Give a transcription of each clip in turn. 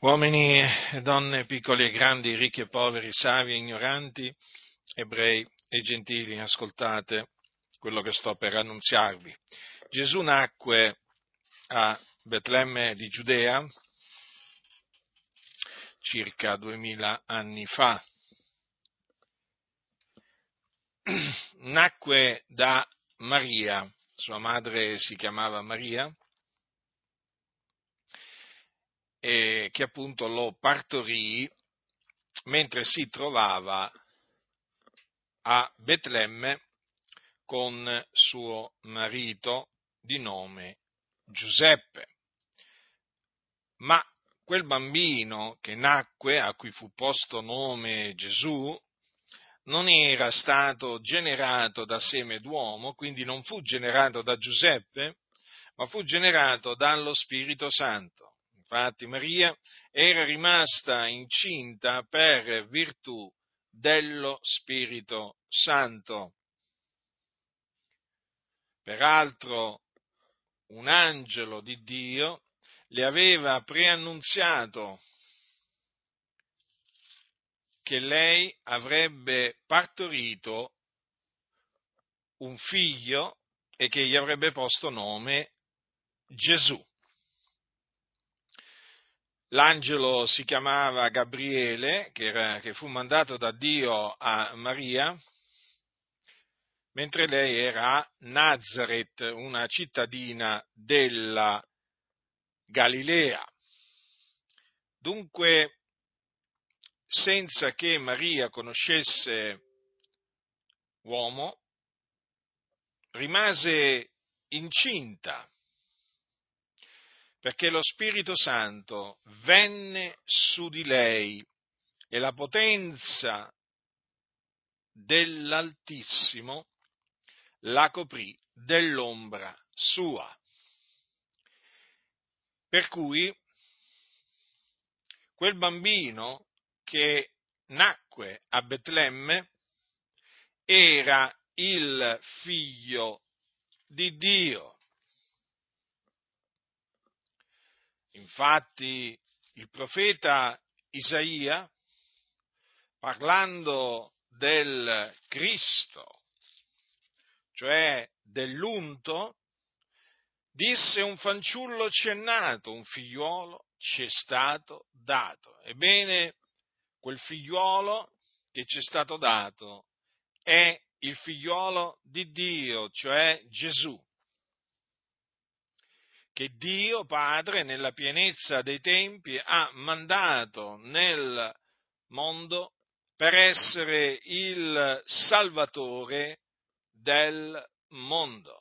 Uomini e donne, piccoli e grandi, ricchi e poveri, savi e ignoranti, ebrei e gentili, ascoltate quello che sto per annunziarvi. Gesù nacque a Betlemme di Giudea circa 2000 anni fa. Nacque da Maria, sua madre si chiamava Maria, e che appunto lo partorì mentre si trovava a Betlemme con suo marito di nome Giuseppe. Ma quel bambino che nacque, a cui fu posto nome Gesù, non era stato generato da seme d'uomo, quindi non fu generato da Giuseppe, ma fu generato dallo Spirito Santo. Infatti Maria era rimasta incinta per virtù dello Spirito Santo. Peraltro un angelo di Dio le aveva preannunziato che lei avrebbe partorito un figlio e che gli avrebbe posto nome Gesù. L'angelo si chiamava Gabriele, che fu mandato da Dio a Maria, mentre lei era a Nazaret, una cittadina della Galilea. Dunque, senza che Maria conoscesse uomo, rimase incinta, perché lo Spirito Santo venne su di lei e la potenza dell'Altissimo la coprì dell'ombra sua. Per cui quel bambino che nacque a Betlemme era il figlio di Dio. Infatti il profeta Isaia, parlando del Cristo, cioè dell'unto, disse: un fanciullo ci è nato, un figliuolo ci è stato dato. Ebbene, quel figliuolo che ci è stato dato è il figliuolo di Dio, cioè Gesù, che Dio Padre, nella pienezza dei tempi, ha mandato nel mondo per essere il Salvatore del mondo.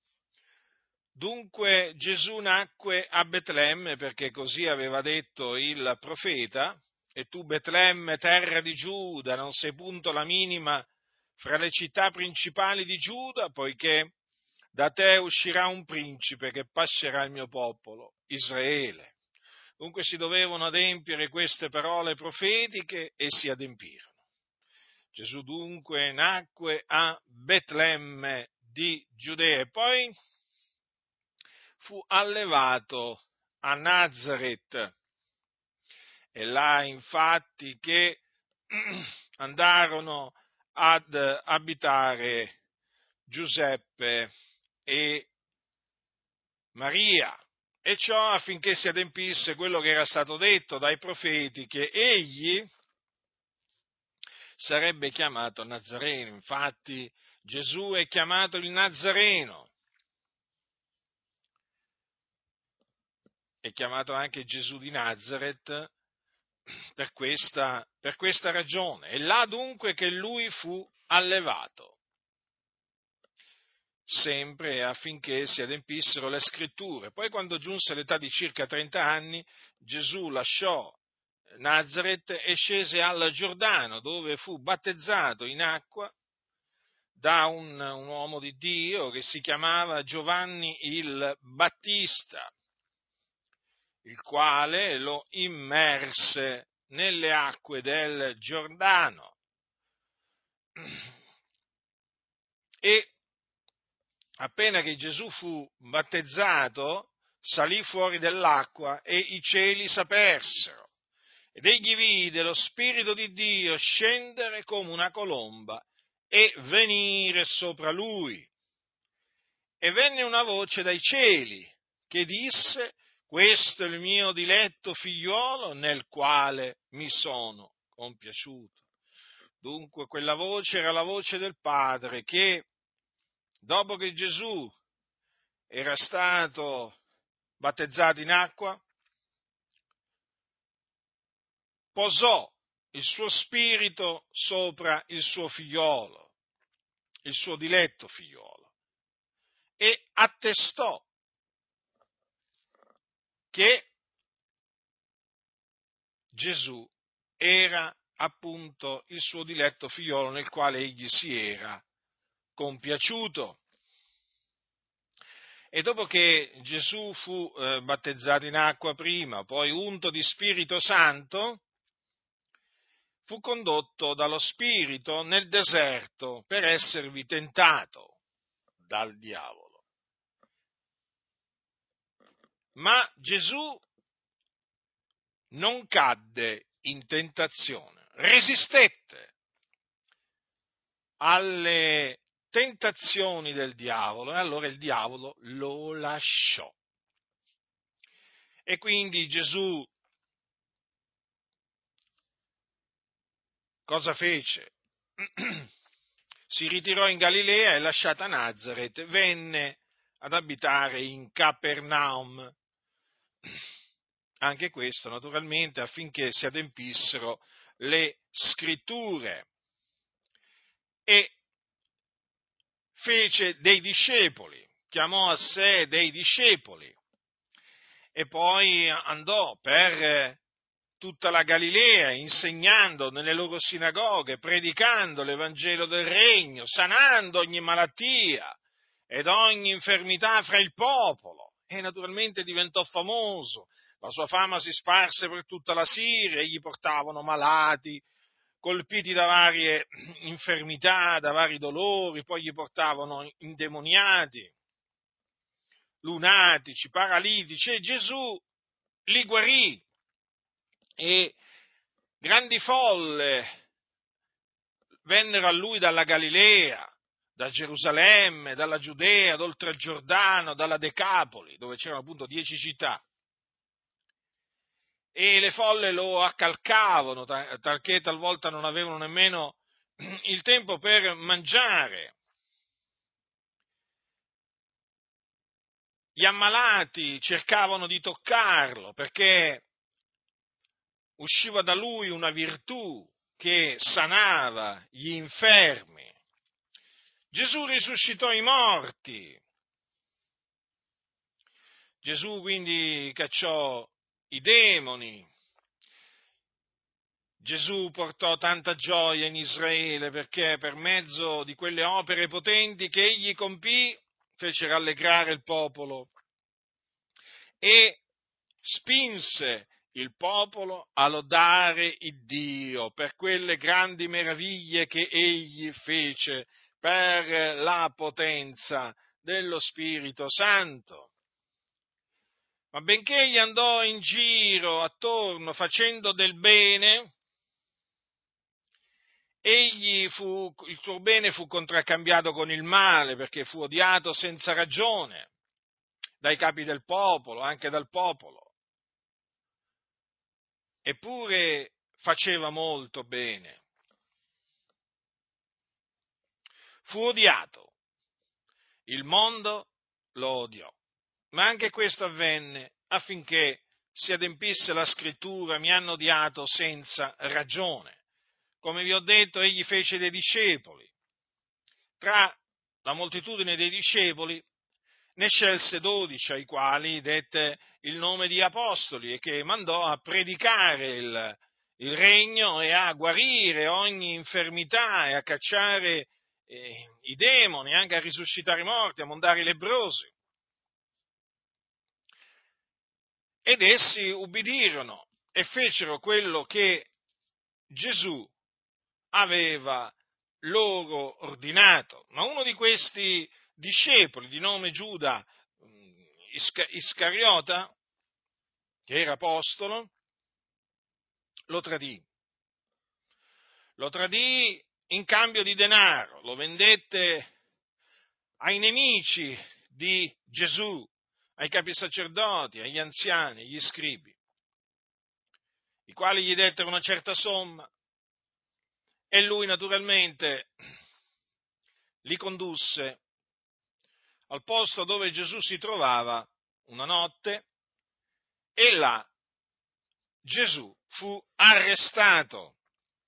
Dunque Gesù nacque a Betlemme perché così aveva detto il profeta: e tu Betlemme, terra di Giuda, non sei punto la minima fra le città principali di Giuda, poiché da te uscirà un principe che pascerà il mio popolo, Israele. Dunque si dovevano adempiere queste parole profetiche e si adempirono. Gesù dunque nacque a Betlemme di Giudea e poi fu allevato a Nazaret. E là infatti che andarono ad abitare Giuseppe e Maria, e ciò affinché si adempisse quello che era stato detto dai profeti, che egli sarebbe chiamato Nazareno. Infatti Gesù è chiamato il Nazareno, è chiamato anche Gesù di Nazaret per questa ragione. E là dunque che lui fu allevato, sempre affinché si adempissero le scritture. Poi quando giunse l'età di circa 30 anni, Gesù lasciò Nazaret e scese al Giordano, dove fu battezzato in acqua da un uomo di Dio che si chiamava Giovanni il Battista, il quale lo immerse nelle acque del Giordano. E appena che Gesù fu battezzato, salì fuori dell'acqua e i cieli s'apersero ed egli vide lo Spirito di Dio scendere come una colomba e venire sopra lui. E venne una voce dai cieli che disse: questo è il mio diletto figliuolo nel quale mi sono compiaciuto. Dunque quella voce era la voce del Padre che, dopo che Gesù era stato battezzato in acqua, posò il suo spirito sopra il suo figliolo, il suo diletto figliolo, e attestò che Gesù era appunto il suo diletto figliolo nel quale egli si era compiaciuto. E dopo che Gesù fu battezzato in acqua prima, poi unto di Spirito Santo, fu condotto dallo Spirito nel deserto per esservi tentato dal diavolo. Ma Gesù non cadde in tentazione, resistette alle tentazioni del diavolo e allora il diavolo lo lasciò. E quindi Gesù cosa fece? Si ritirò in Galilea e lasciata Nazaret venne ad abitare in Capernaum. Anche questo naturalmente affinché si adempissero le scritture. E fece dei discepoli, chiamò a sé dei discepoli e poi andò per tutta la Galilea insegnando nelle loro sinagoghe, predicando l'Evangelo del Regno, sanando ogni malattia ed ogni infermità fra il popolo, e naturalmente diventò famoso. La sua fama si sparse per tutta la Siria e gli portavano malati, colpiti da varie infermità, da vari dolori, poi gli portavano indemoniati, lunatici, paralitici, e Gesù li guarì. E grandi folle vennero a lui dalla Galilea, da Gerusalemme, dalla Giudea, d'oltre il Giordano, dalla Decapoli, dove c'erano appunto 10 città. E le folle lo accalcavano, talché talvolta non avevano nemmeno il tempo per mangiare. Gli ammalati cercavano di toccarlo perché usciva da lui una virtù che sanava gli infermi. Gesù risuscitò i morti. Gesù quindi cacciò i demoni. Gesù portò tanta gioia in Israele perché per mezzo di quelle opere potenti che egli compì fece rallegrare il popolo e spinse il popolo a lodare il Dio per quelle grandi meraviglie che egli fece per la potenza dello Spirito Santo. Ma benché egli andò in giro attorno facendo del bene, il suo bene fu contraccambiato con il male, perché fu odiato senza ragione dai capi del popolo, anche dal popolo. Eppure faceva molto bene. Fu odiato, il mondo lo odiò. Ma anche questo avvenne affinché si adempisse la scrittura: mi hanno odiato senza ragione. Come vi ho detto, egli fece dei discepoli. Tra la moltitudine dei discepoli ne scelse 12, ai quali dette il nome di apostoli, e che mandò a predicare il regno e a guarire ogni infermità e a cacciare i demoni, anche a risuscitare i morti, a mondare i lebbrosi. Ed essi ubbidirono e fecero quello che Gesù aveva loro ordinato. Ma uno di questi discepoli, di nome Giuda Iscariota, che era apostolo, lo tradì. Lo tradì in cambio di denaro, lo vendette ai nemici di Gesù, ai capi sacerdoti, agli anziani, agli scribi, i quali gli dettero una certa somma e lui naturalmente li condusse al posto dove Gesù si trovava una notte e là Gesù fu arrestato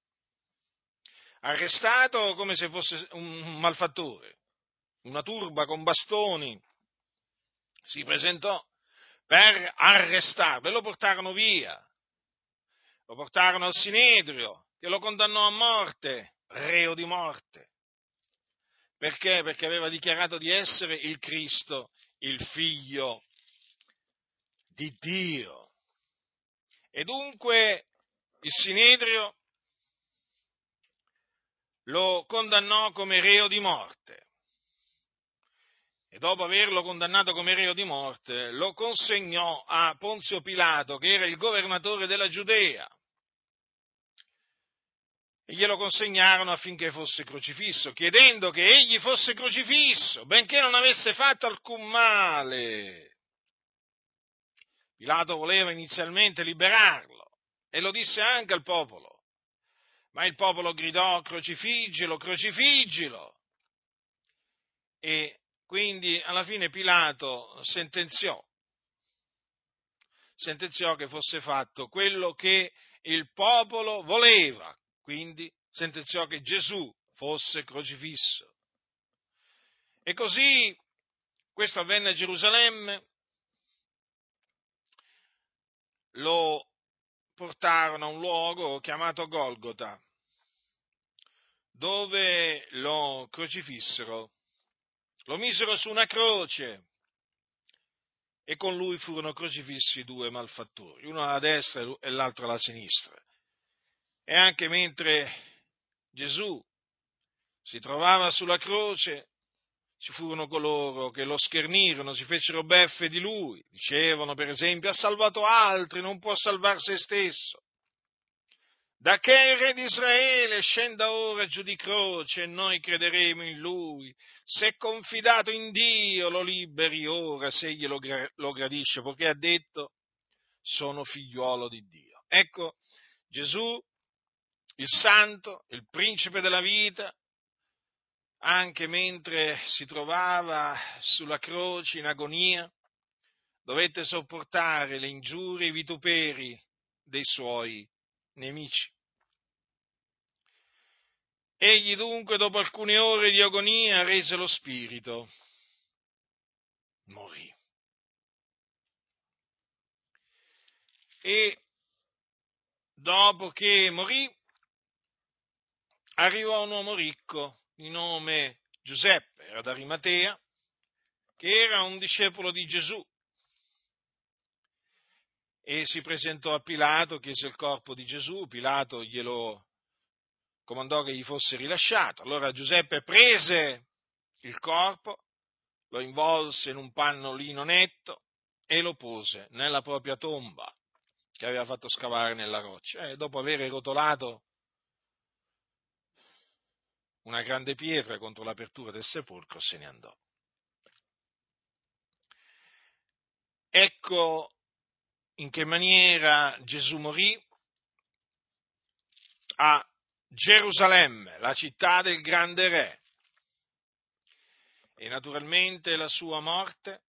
come se fosse un malfattore. Una turba con bastoni si presentò per arrestarlo e lo portarono via, lo portarono al Sinedrio che lo condannò a morte, reo di morte. Perché? Perché aveva dichiarato di essere il Cristo, il Figlio di Dio. E dunque il Sinedrio lo condannò come reo di morte. E dopo averlo condannato come reo di morte, lo consegnò a Ponzio Pilato, che era il governatore della Giudea. E glielo consegnarono affinché fosse crocifisso, chiedendo che egli fosse crocifisso, benché non avesse fatto alcun male. Pilato voleva inizialmente liberarlo e lo disse anche al popolo, ma il popolo gridò: crocifiggilo, crocifiggilo! E quindi alla fine Pilato sentenziò che fosse fatto quello che il popolo voleva, quindi sentenziò che Gesù fosse crocifisso. E così questo avvenne a Gerusalemme, lo portarono a un luogo chiamato Golgota, dove lo crocifissero, lo misero su una croce e con lui furono crocifissi due malfattori, uno alla destra e l'altro alla sinistra. E anche mentre Gesù si trovava sulla croce, ci furono coloro che lo schernirono, si fecero beffe di lui, dicevano per esempio: ha salvato altri, non può salvare se stesso. Da che il re di Israele scenda ora giù di croce e noi crederemo in lui. Se è confidato in Dio, lo liberi ora se egli lo gradisce, poiché ha detto: sono figliuolo di Dio. Ecco, Gesù, il santo, il principe della vita, anche mentre si trovava sulla croce in agonia, dovette sopportare le ingiurie e i vituperi dei suoi nemici. Egli dunque, dopo alcune ore di agonia, rese lo spirito, morì. E dopo che morì, arrivò un uomo ricco di nome Giuseppe, era da Arimatea, che era un discepolo di Gesù, e si presentò a Pilato, chiese il corpo di Gesù. Pilato glielo comandò che gli fosse rilasciato. Allora Giuseppe prese il corpo, lo involse in un pannolino netto e lo pose nella propria tomba che aveva fatto scavare nella roccia. E dopo aver rotolato una grande pietra contro l'apertura del sepolcro, se ne andò. Ecco in che maniera Gesù morì a Gerusalemme, la città del grande re. E naturalmente la sua morte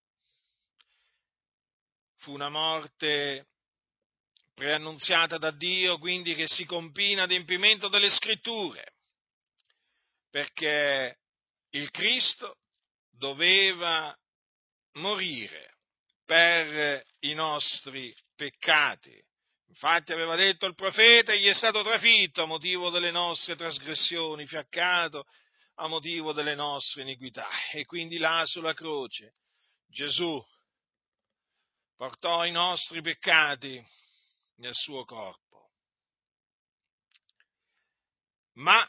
fu una morte preannunziata da Dio, quindi che si compì in adempimento delle Scritture, perché il Cristo doveva morire per i nostri peccati. Infatti aveva detto il profeta: egli è stato trafitto a motivo delle nostre trasgressioni, fiaccato a motivo delle nostre iniquità. E quindi là sulla croce Gesù portò i nostri peccati nel suo corpo. Ma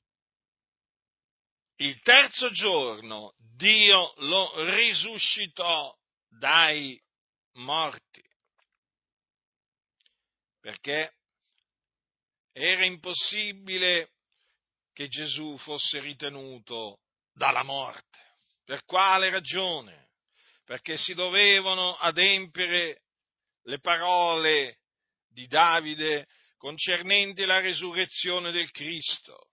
il terzo giorno Dio lo risuscitò dai morti. Perché Era impossibile che Gesù fosse ritenuto dalla morte. Per quale ragione? Perché si dovevano adempiere le parole di Davide concernenti la resurrezione del Cristo.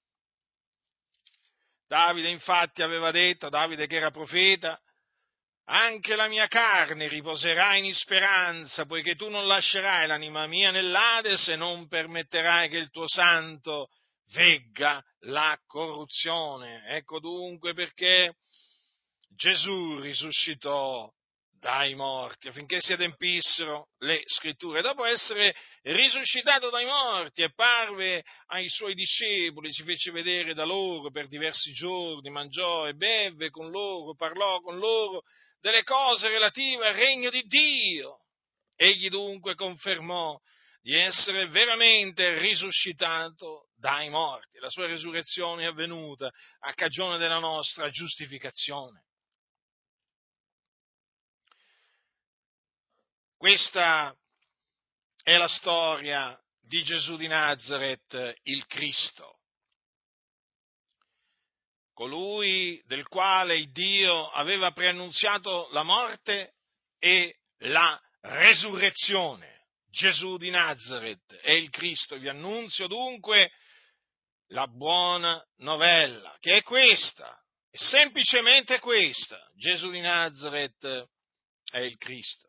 Davide infatti aveva detto, Davide che era profeta, anche la mia carne riposerà in speranza, poiché tu non lascerai l'anima mia nell'Ades e non permetterai che il tuo santo vegga la corruzione. Ecco dunque perché Gesù risuscitò dai morti, affinché si adempissero le scritture. Dopo essere risuscitato dai morti e parve ai suoi discepoli, si fece vedere da loro per diversi giorni, mangiò e bevve con loro, parlò con loro delle cose relative al regno di Dio. Egli dunque confermò di essere veramente risuscitato dai morti. La sua resurrezione è avvenuta a cagione della nostra giustificazione. Questa è la storia di Gesù di Nazaret, il Cristo, colui del quale Dio aveva preannunziato la morte e la resurrezione. Gesù di Nazaret è il Cristo. Vi annunzio dunque la buona novella, che è questa, è semplicemente questa. Gesù di Nazaret è il Cristo.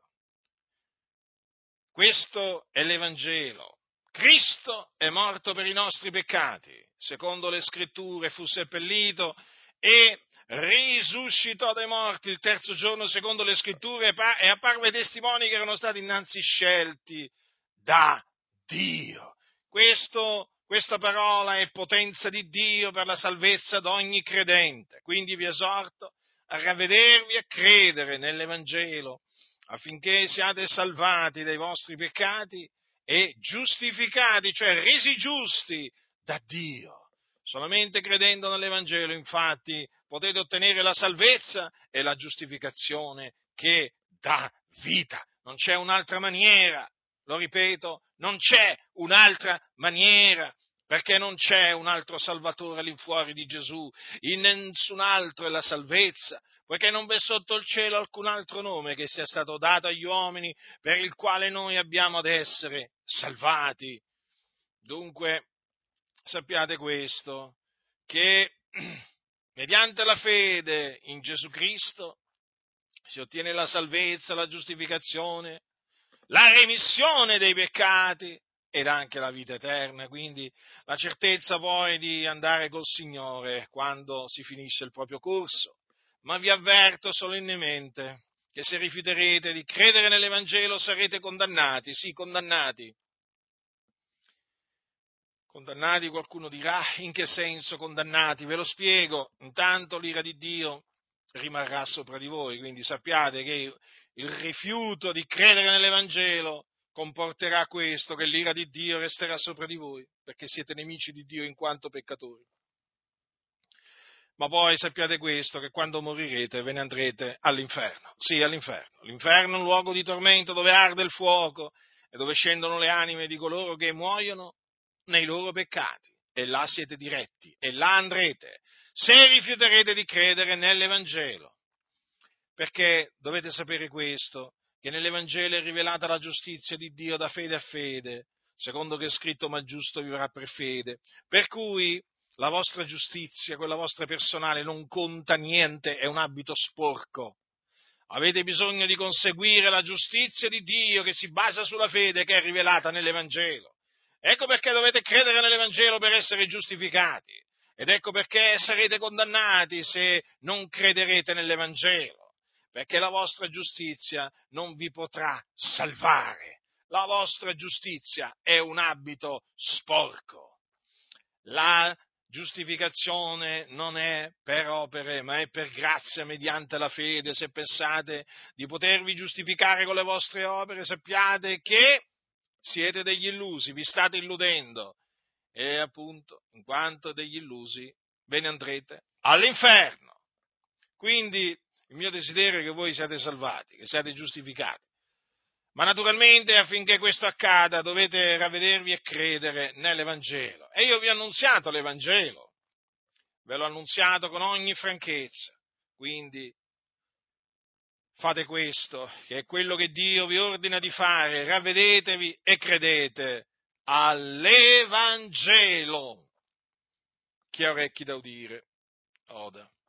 Questo è l'Evangelo. Cristo è morto per i nostri peccati, secondo le scritture fu seppellito e risuscitò dai morti il terzo giorno, secondo le scritture, e apparve ai testimoni che erano stati innanzi scelti da Dio. Questa parola è potenza di Dio per la salvezza di ogni credente, quindi vi esorto a ravvedervi e a credere nell'Evangelo, affinché siate salvati dai vostri peccati e giustificati, cioè resi giusti da Dio. Solamente credendo nell'Evangelo, infatti, potete ottenere la salvezza e la giustificazione che dà vita. Non c'è un'altra maniera, lo ripeto, non c'è un'altra maniera, perché non c'è un altro Salvatore all'infuori di Gesù, in nessun altro è la salvezza, poiché non v'è sotto il cielo alcun altro nome che sia stato dato agli uomini per il quale noi abbiamo ad essere salvati. Dunque, sappiate questo, che mediante la fede in Gesù Cristo si ottiene la salvezza, la giustificazione, la remissione dei peccati ed anche la vita eterna, quindi la certezza poi di andare col Signore quando si finisce il proprio corso. Ma vi avverto solennemente che se rifiuterete di credere nell'Evangelo sarete condannati, sì, condannati. Condannati, qualcuno dirà, in che senso condannati? Ve lo spiego, intanto l'ira di Dio rimarrà sopra di voi, quindi sappiate che il rifiuto di credere nell'Evangelo comporterà questo, che l'ira di Dio resterà sopra di voi, perché siete nemici di Dio in quanto peccatori. Ma poi sappiate questo, che quando morirete ve ne andrete all'inferno, sì, all'inferno. L'inferno è un luogo di tormento dove arde il fuoco e dove scendono le anime di coloro che muoiono nei loro peccati. E là siete diretti, e là andrete, se rifiuterete di credere nell'Evangelo. Perché dovete sapere questo, che nell'Evangelo è rivelata la giustizia di Dio da fede a fede, secondo che è scritto, ma il giusto vivrà per fede. Per cui la vostra giustizia, quella vostra personale, non conta niente, è un abito sporco. Avete bisogno di conseguire la giustizia di Dio che si basa sulla fede che è rivelata nell'Evangelo. Ecco perché dovete credere nell'Evangelo per essere giustificati. Ed ecco perché sarete condannati se non crederete nell'Evangelo. Perché la vostra giustizia non vi potrà salvare. La vostra giustizia è un abito sporco. La giustificazione non è per opere, ma è per grazia mediante la fede. Se pensate di potervi giustificare con le vostre opere, sappiate che siete degli illusi, vi state illudendo e appunto, in quanto degli illusi, ve ne andrete all'inferno. Quindi il mio desiderio è che voi siate salvati, che siate giustificati. Ma naturalmente affinché questo accada dovete ravvedervi e credere nell'Evangelo. E io vi ho annunziato l'Evangelo, ve l'ho annunziato con ogni franchezza. Quindi fate questo, che è quello che Dio vi ordina di fare, ravvedetevi e credete all'Evangelo. Chi ha orecchi da udire, oda.